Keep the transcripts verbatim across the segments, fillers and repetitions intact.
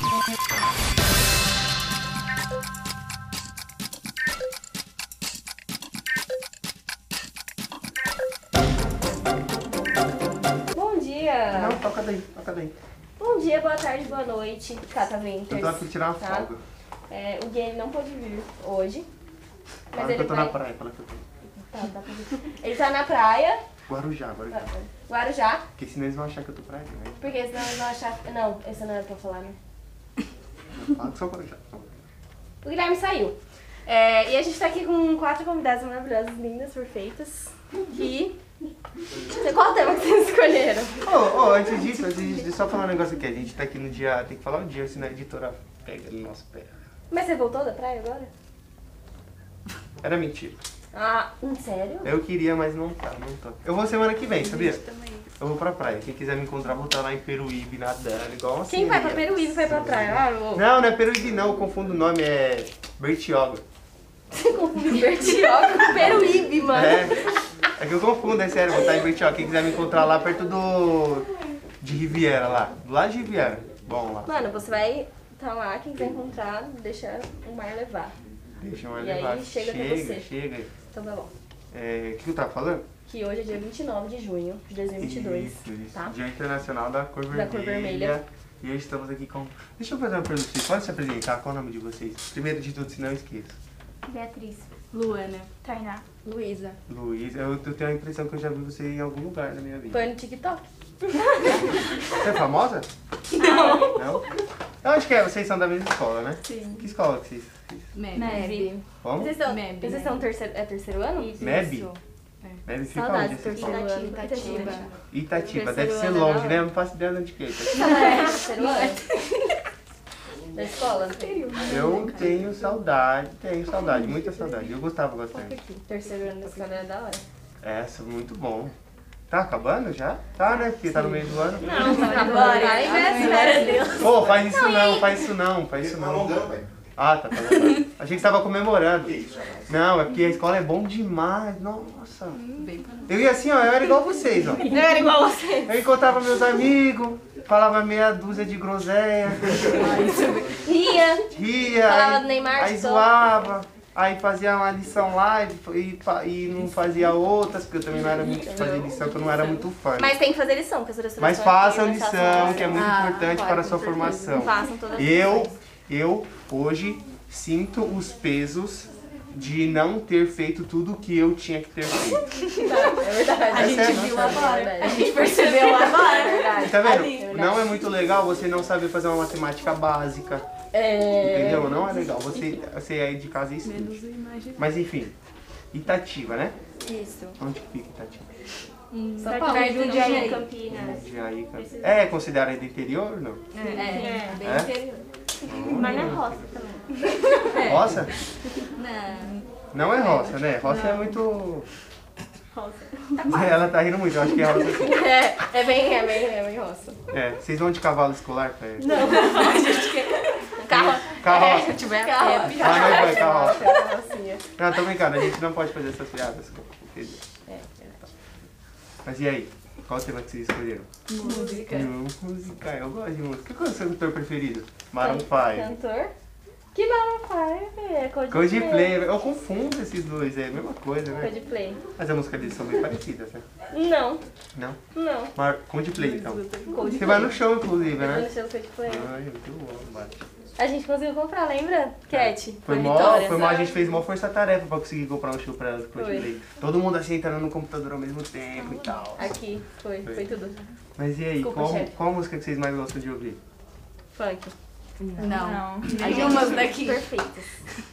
Bom dia. Não, toca daí, toca daí. Bom dia, boa tarde, boa noite, Cata Venters. Eu tô aqui tirar uma tá? folga. É, o Gui não pôde vir hoje. Mas Fala ele que eu tô vai... na praia, fala que eu tô. Tá, dá pra ver. Ele tá na praia, Guarujá, Guarujá. Guarujá, Porque senão eles vão achar que eu tô praia, né? porque senão eles vão achar... Não, esse não era pra falar, né? Fala que só Guarujá. O Guilherme saiu. É, e a gente tá aqui com quatro convidadas maravilhosas, lindas, perfeitas. E... Qual tema que vocês escolheram? Ô, ô, antes disso, antes disso, só falar um negócio aqui. A gente tá aqui no dia... Tem que falar o dia, senão a editora pega no nosso pé. Mas você voltou da praia agora? Era mentira. Ah, hum, sério? Eu queria, mas não tá, não tô. Eu vou semana que vem, sabia? Eu vou pra praia. Quem quiser me encontrar, vou estar lá em Peruíbe, nadando, igual assim. Quem vai pra Peruíbe vai pra praia? Ah, eu... Não, não é Peruíbe não, eu confundo o nome, é Bertioga. Você confunde Bertioga com Peruíbe, mano. É, é que eu confundo, é sério, vou estar em Bertioga. Quem quiser me encontrar lá perto do... de Riviera, lá. Do lado de Riviera. Bom lá. Mano, você vai tá lá, quem quiser encontrar, deixa o mar levar. Deixa eu E levar. aí, chega até chega, você. chega. Então tá bom. É, o que eu tava falando? Que hoje é dia vinte e nove de junho de dois mil e vinte e dois, Isso, isso. tá? Dia Internacional da Cor Da Vermelha. Cor Vermelha. E hoje estamos aqui com... Deixa eu fazer uma pergunta pra vocês. Pode se apresentar? Qual é o nome de vocês? Primeiro de tudo, se não esqueça. Beatriz. Luana. Tainá. Luísa. Luiz, eu, eu tenho a impressão que eu já vi você em algum lugar na minha vida. Foi no TikTok. Você é famosa? Não. Não? Eu acho que é, vocês são da mesma escola, né? Sim. Que escola que vocês... Meb. Como? Vocês estão, Meb. vocês estão terceiro, é terceiro ano? Isso. Meb? Deve ficar Saudades onde do essa escola? terceiro ano. Itatiba. Itatiba, Terceiro deve ser ano, longe, não? né? Eu não faço ideia de onde que é Itatiba. É, terceiro ano. Da escola? Eu tenho saudade, tenho saudade, muita saudade. Eu gostava bastante. Terceiro ano da escola é da hora. Essa, muito bom. Tá acabando já? Tá, né? Porque tá no meio do ano. Não, tá acabando. Ai, véspera. Deus. Pô, faz isso não, faz isso não, faz isso não. Ah, tá, tá, tá. Achei que você tava comemorando. Não, é porque a escola é bom demais. Nossa. Eu ia assim, ó, eu era igual vocês, ó. Eu era igual você. Eu encontrava meus amigos, falava meia dúzia de groselha, Ria. ria, Falava aí, do Neymar, aí só. zoava, aí fazia uma lição lá e, e, fa- e não fazia outras, porque eu também não era muito de fazer lição, porque eu não era muito fã. Mas tem que fazer lição, porque as outras Mas pessoas façam aqui, lição, façam que é muito Ah, importante claro, para a sua com certeza. formação. Façam todas as Eu, lições. eu, hoje, sinto os pesos de não ter feito tudo o que eu tinha que ter feito. É verdade. A É gente sério, viu é agora. verdade. A gente percebeu agora. É verdade. Tá vendo? Ali. Não é muito legal você não saber fazer uma matemática básica. É... Entendeu? Não é legal. Você, você aí de casa e estuda. Menos eu imaginei. Mas enfim, Itatiba, né? Isso. Onde que fica Itatiba? São Paulo, perto de Jundiaí. Campinas. Jundiaí, cara. É considerado do interior ou não? É. Bem É? interior. Mas não é roça também. Roça? Não. Não é roça, né? Roça é muito... Ela tá rindo muito, eu acho que é roça sim. É, é bem, é bem, é bem roça. É, vocês vão de cavalo escolar? Pra... Não, a gente quer... Carro... Carroça. É, tiver carro. Vai, vai, vai, carroça. Carrocinha. Não, tô brincando, a gente não pode fazer essas piadas. Entendeu? É, verdade. Mas e aí? Qual o tema que vocês escolheram? Música. Hum, música, eu gosto de música. Qual é o seu cantor preferido? Maroon five. Cantor? Que Maroon five? É Coldplay. Coldplay, eu confundo esses dois, é a mesma coisa, né? Coldplay. Mas as músicas deles são bem parecidas, né? Não, Não? não. Mar... Coldplay, então. Coldplay. Você vai no show, inclusive, Eu vou né? no show do Coldplay. Ai, muito bom, bate. A gente conseguiu comprar, lembra? Cat. Foi Na mó, Vitória. foi mó, a gente fez mó força-tarefa pra conseguir comprar um show pra ela do Coldplay. Todo mundo assim entrando no computador ao mesmo tempo e tal. Aqui, foi, Foi. foi tudo. Mas e aí, Desculpa, qual, chefe. qual música que vocês mais gostam de ouvir? Funk. Não. As Nenhumas daqui. Perfeitas.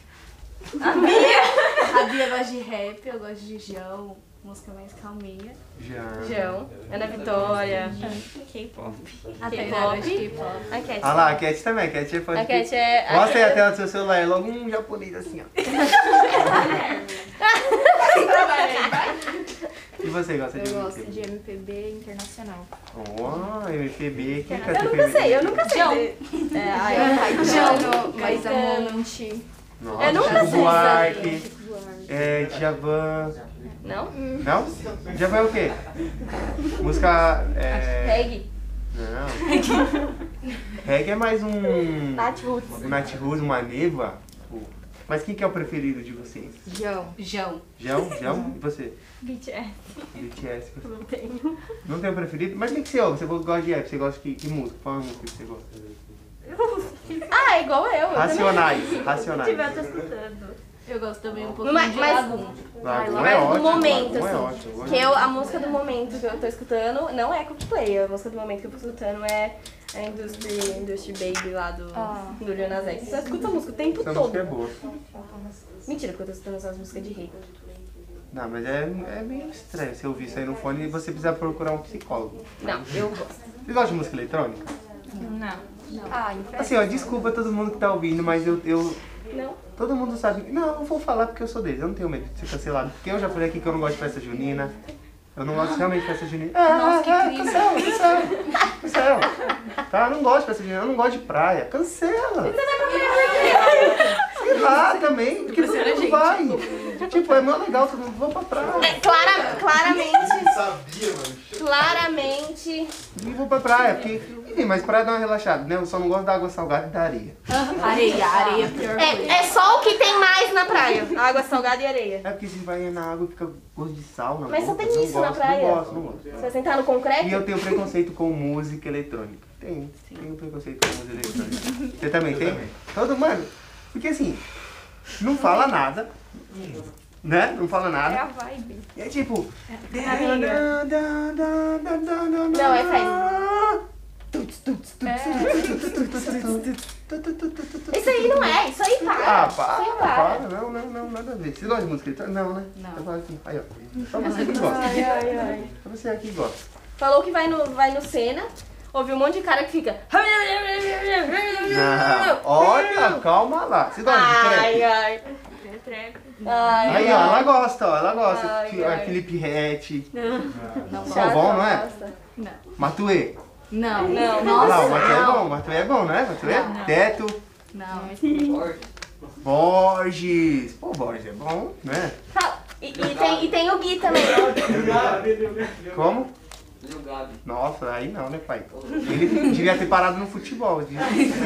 A Bia. A Bia gosta de rap, eu gosto de João. Música mais calminha. Já. João, Ana Vitória. K-pop. K-pop. A Tainá gosta de K-pop. A Cat. Ah lá, a Cat também, a Cat é fã A de Cat é... a Mostra aí a Cat- tela do seu celular, é logo um japonês assim, ó. E você gosta de Eu gosto M P B? de M P B internacional. Ó, M P B, quem canta Eu M P B? nunca sei, eu nunca sei. João. É, ai, Caetano, Caetano. Marisa Monte. Nossa, Eu nunca Chico sei. Buarque, Chico Buarque. é, Djavan. Não? Não? Djavan é o quê? Música. É... Reggae. Não. Reggae é mais um... Nath Roots. Um Nath Roots, uma Neva. Mas quem que é o preferido de vocês? João. João. João? João? E você? B T S. B T S. Você Não tenho. não tem um preferido? Mas o que que você ouve? Você gosta de rap? Você gosta de que música? Qual é a música que você gosta? Ah, é igual eu. eu Racionais. também. Racionais. Se tiver, eu tô escutando. Eu gosto também um pouquinho Mas- de mas- Lagoon. Lagoon Mas é do ótimo. momento, Lagoon é assim. ótimo. Que eu, a música do momento que eu tô escutando não é Coldplay. A música do momento que eu tô escutando é a Industry, Industry Baby lá do, Ah. do Lil Nas X. Você escuta a música o tempo Essa todo. música é boa. Mentira, porque eu tô escutando essas músicas de rei. Não, mas é, é meio estranho você ouvir isso aí no fone e você precisa procurar um psicólogo. Não, eu gosto. Você gosta de música eletrônica? Não. Ah, em festa. Assim, ó, desculpa todo mundo que tá ouvindo, mas eu, eu... Não? Todo mundo sabe... Não, eu vou falar porque eu sou deles, eu não tenho medo de ser cancelado. Porque eu já falei aqui que eu não gosto de festa junina. Eu não gosto realmente de festa junina. Ah, Nossa, que ah, crise. cancela, cancela, cancela. Tá, eu não gosto de festa junina, eu não gosto de praia. Cancela. Sei lá também, porque todo mundo vai. Tipo, é muito legal, todo mundo vai pra praia. É, clara, claramente, Sabia, mano. claramente. E vou pra praia, porque... Enfim, mas praia dá uma relaxada, né? Eu só não gosto da água salgada e da areia. Areia, areia é a pior coisa. É, é só o que tem mais na praia. Água salgada e areia. É porque você vai na água e fica gosto de sal na Mas só boca. tem Não isso na gosto, praia. Não gosto, não gosto. Você vai sentar no E concreto? eu tenho preconceito com música eletrônica. Tenho, tenho preconceito com música eletrônica. Você também tem? também. Todo, mano, porque assim, não fala nada, né? Não fala É a nada. vibe. E é tipo... Amiga. Não, Não, é faz. Isso aí não é, isso aí para. Ah, para, Isso aí para. Não, não, não, nada a ver. Você gosta de música eletrônica? Não, né? Não. Eu falo assim, aí ó. Só você que gosta. Ai, ai, ai. Só você aqui gosta. Falou que vai no, vai no Senna, ouviu um monte de cara que fica. Não, olha, calma lá. Você gosta de Ai, trap? ai. Trap. Ai, Aí, ó, ela gosta, ó, ela gosta. Ai, Fi- ai. Felipe Rett, Não gosto. Salvão, não é? Gosta. Não. Matuê. Não. Não. Não, Nossa, Matuê é não. bom, Matuê é bom, não é? Matuê? Não. Teto, Não. Borges. Pô, Borges é bom, né? Fala. E, e tem, e tem o Gui também. Como? Nossa, aí não, né, pai? Ele devia ter parado no futebol. devia-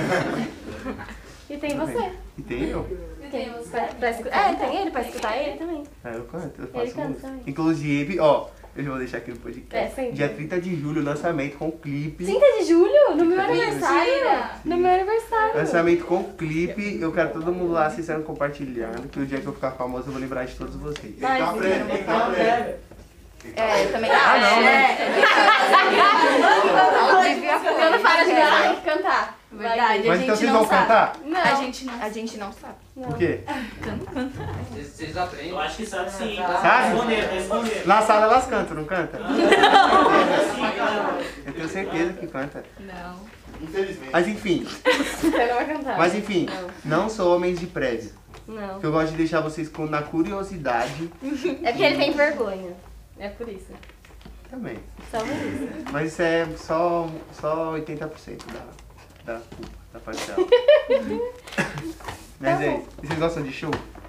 E tem você. E tem eu. Tem você. Pra, pra escu- é, tem ele, pra escutar ele também. É, eu canto, eu Ele faço canta música. também. Inclusive, ó, eu já vou deixar aqui no É, podcast. sempre. Dia trinta de julho, lançamento com clipe. trinta de julho, no meu Mentira. aniversário. No meu aniversário. Lançamento com clipe, eu quero todo mundo lá assistindo, compartilhando, que o dia que eu ficar famoso eu vou lembrar de todos vocês. Vai, Tá breve, tá breve. É, eu também Ah, não, né? Quando para de cantar, tem que cantar. Verdade, Mas a então gente vocês não vão sabe. cantar? Não. A gente não A gente não sabe. O quê? Vocês, vocês aprendem. Eu acho que sabe sim. Sabe? Responder, responder. Na sala elas cantam, não canta? Eu tenho certeza que canta. Não. Infelizmente. Mas enfim, Você não vai cantar. mas enfim, não sou homens de prédio. Não. Eu gosto de deixar vocês com, na curiosidade É porque ele tem vergonha. É por isso. também. Só por isso. Mas isso é só, só oitenta por cento da, da culpa, da parte dela. Mas Tá é bom. isso. E vocês gostam de show?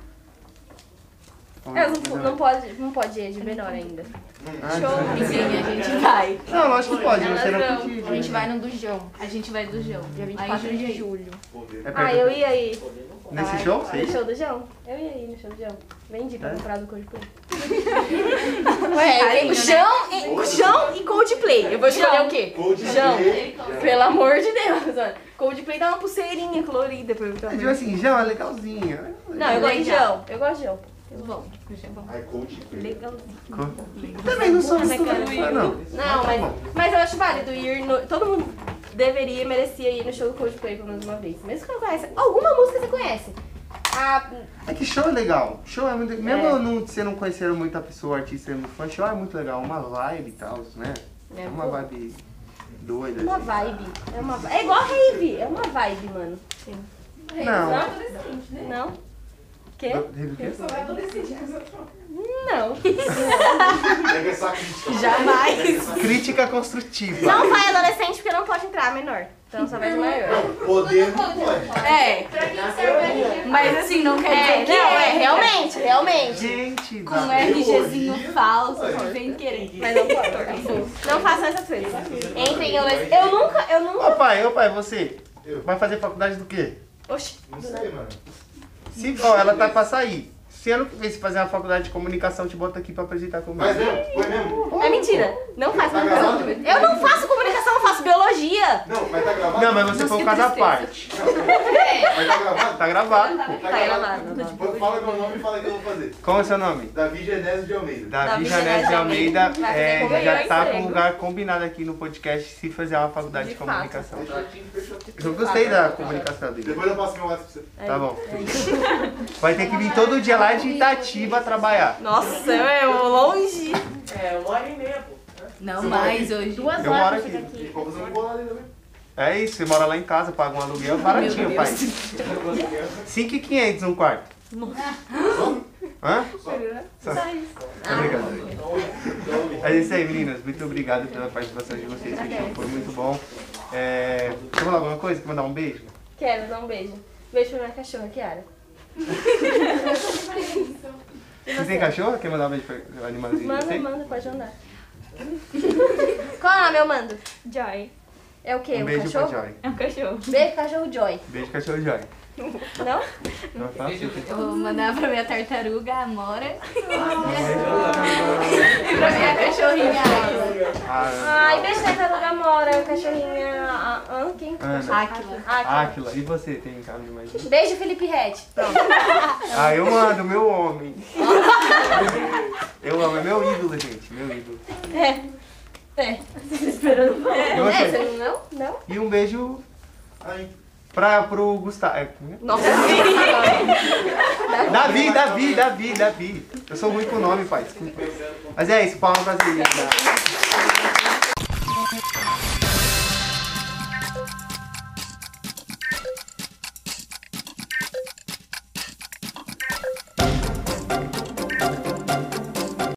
É, não, não, pode, não pode ir de menor ainda. Ah, Show. então- Sim, a gente vai. Não, lógico que pode, Elas você não vão. curte. A gente vai no do João, A gente vai do João. dia vinte e Aí, quatro de Jundiaí. julho. É perto- Ah, eu ia ir. Nesse Ai, show? No Sim. show do João? Eu ia ir no show do João. Vendi pra É? comprar do Coldplay. Ué, Aí, o João, e, o João e Coldplay. Eu vou escolher o quê? Coldplay. João. Pelo amor de Deus, olha. Coldplay dá uma pulseirinha colorida pra eu É, tipo assim, João é legalzinho. Não, eu gosto de João. Eu gosto de João. Bom, já é bom. Ai, Coldplay. Legalzinho. Também não sou Né, muito cara? fã, não. Não, mas, mas eu acho válido ir no... Todo mundo deveria e merecia ir no show do Coldplay pelo menos uma vez. Mesmo que não conhece. Alguma música você conhece. A... É que show é legal. Show é muito. Mesmo É. eu não, você não conhecer muito a pessoa, o artista é muito fã, show é muito legal. Uma vibe e tal, né? É, É uma pô. vibe doida. Uma assim. vibe. É, uma... é igual a rave. É uma vibe, mano. Não. Não? Quê? Rave o quê? Não. Pega essa crítica. Jamais. Crítica construtiva. Não vai adolescente porque não pode entrar, menor. Então só vai de maior. Poder não pode. É, mas assim, não quer É, dizer que não, é, é. realmente, realmente. Gente, Com um dá- RGzinho falso, sem querer. Mas não pode. Não façam essas coisas. Entrem em dois. Eu nunca, eu nunca. Ô pai, ô pai, você Eu. vai fazer faculdade do quê? Oxi. Não sei, mano. Se, ó, ela tá pra sair. Se ano que vem se fazer uma faculdade de comunicação, te bota aqui pra apresentar comigo. Mas mesmo? Foi mesmo? É mentira. Não faço Tá comunicação. gravado? Eu não faço comunicação, eu faço biologia. Não, mas tá gravado? Não, mas você foi um caso à parte. Mas tá gravado? Tá gravado, pô. Tá Tá gravado. Tipo, fala meu nome e fala o que eu vou fazer. Qual é o seu nome? Davi Genésio de Almeida. Davi Davi Janete Janete de de Almeida, Almeida. Vai é, fazer já como tá eu, com um emprego. lugar combinado aqui no podcast se fazer uma faculdade de, De fato. comunicação. Fechou. Eu gostei da comunicação dele. Depois eu passo meu WhatsApp pra você. Tá bom. Vai ter que vir todo dia lá de Itatiba trabalhar. Nossa, eu longe. É, uma hora e meia, pô. Não mais hoje. Duas Eu horas moro pra chegar aqui. E aqui. vou fazer um bolado ali também. É isso, você mora lá em casa, paga um aluguel baratinho, pai. cinco mil e quinhentos um quarto. Hã? Só. Obrigado. É isso aí, meninas. Muito obrigado pela participação de vocês. Foi muito bom. É... Quer falar alguma coisa? Quer mandar um beijo? Quero dar um beijo. Beijo pra minha cachorra, Kiara. Você tem cachorro? Quer mandar um beijo pra animalzinho de Manda, você? manda, pode mandar. Qual é o nome eu mando? Joy. É o quê? Um Um beijo pra cachorro? Joy. É um cachorro. Beijo, cachorro Joy. Beijo, cachorro Joy. Não? Não é fácil? Eu vou mandar pra minha tartaruga, Amora. E pra minha cachorrinha, Águila. Ah, Ai, beijo na tartaruga Mora, cachorrinha. Ah, ah, quem? Ana. Áquila. Ah, Áquila. E você, tem carro de mais? beijo, Felipe Red. Pronto. Ah, eu mando, meu homem. Eu amo, é meu ídolo, gente. Meu ídolo. É. É. Esperando. E É, você? você não? Não? E um beijo Aí. pra, pro Gustavo. É, como é? Nossa. Davi, Davi, Davi, Davi. Eu sou ruim com o nome, pai. Desculpa. Mas é isso, palma pra vocês.